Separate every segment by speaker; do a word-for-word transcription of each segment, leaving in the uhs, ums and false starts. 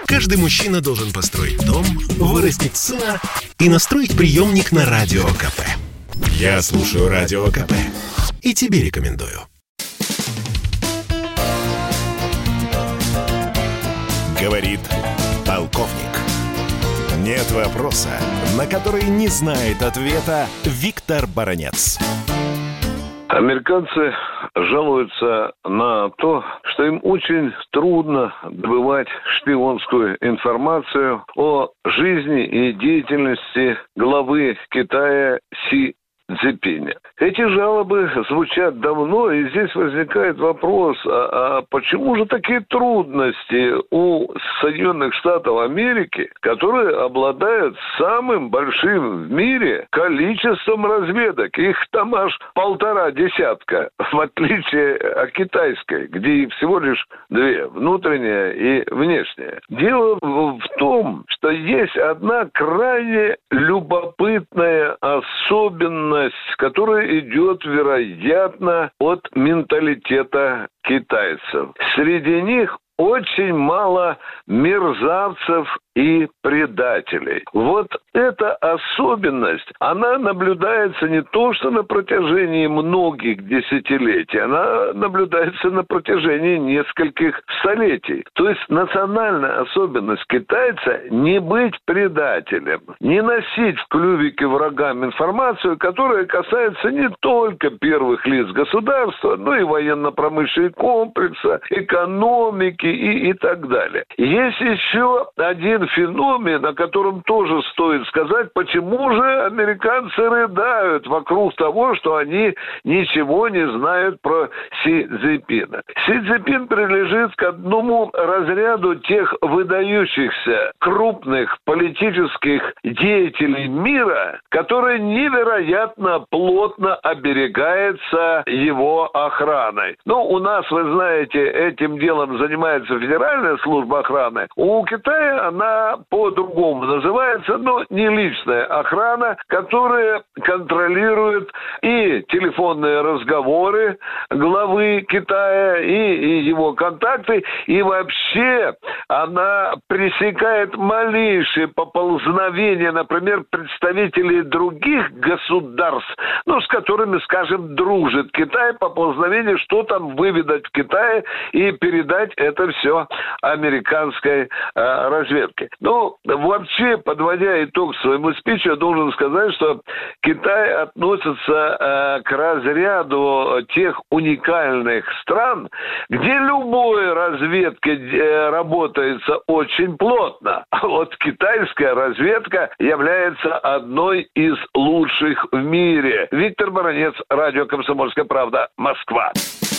Speaker 1: Каждый мужчина должен построить дом, вырастить сына и настроить приемник на Радио КП. Я слушаю Радио КП и тебе рекомендую. Говорит полковник. Нет вопроса, на который не знает ответа Виктор Баранец.
Speaker 2: Американцы жалуются на то, что им очень трудно добывать шпионскую информацию о жизни и деятельности главы Китая Си Цзиньпиня. Эти жалобы звучат давно, и здесь возникает вопрос, а, а почему же такие трудности у Соединенных Штатов Америки, которые обладают самым большим в мире количеством разведок? Их там аж полтора десятка, в отличие от китайской, где их всего лишь две, внутренняя и внешняя. Дело в том, что есть одна крайне любопытная особенность, которая идет, вероятно, от менталитета китайцев. Среди них очень мало мерзавцев и предателей. Вот эта особенность, она наблюдается не то, что на протяжении многих десятилетий, она наблюдается на протяжении нескольких столетий. То есть национальная особенность китайца – не быть предателем, не носить в клювике врагам информацию, которая касается не только первых лиц государства, но и военно-промышленного комплекса, экономики и, и так далее. Есть еще один феномен, о котором тоже стоит сказать, почему же американцы рыдают вокруг того, что они ничего не знают про Си Цзиньпина. Си Цзиньпин принадлежит к одному разряду тех выдающихся крупных политических деятелей мира, который невероятно плотно оберегается его охраной. Ну, у нас, вы знаете, этим делом занимается Федеральная служба охраны. У Китая она по-другому называется, но не личная охрана, которая контролирует и телефонные разговоры главы Китая, и, и его контакты, и вообще она пресекает малейшие поползновения, например, представителей других государств, ну, с которыми, скажем, дружит Китай, поползновение, что там выведать в Китае и передать это все американской э, разведке. Ну, вообще, подводя итог своему спичу, я должен сказать, что Китай относится э, к разряду тех уникальных стран, где любой разведке э, работается очень плотно. А вот китайская разведка является одной из лучших в мире. Виктор Баранец, радио «Комсомольская правда», Москва.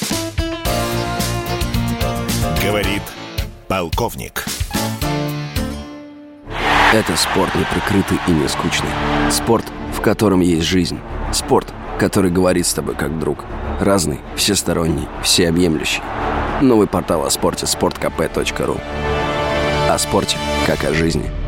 Speaker 1: Говорит полковник.
Speaker 3: Это спорт неприкрытый и не скучный. Спорт, в котором есть жизнь. Спорт, который говорит с тобой как друг. Разный, всесторонний, всеобъемлющий. Новый портал о спорте – спорт кэ пэ точка ру. О спорте, как о жизни.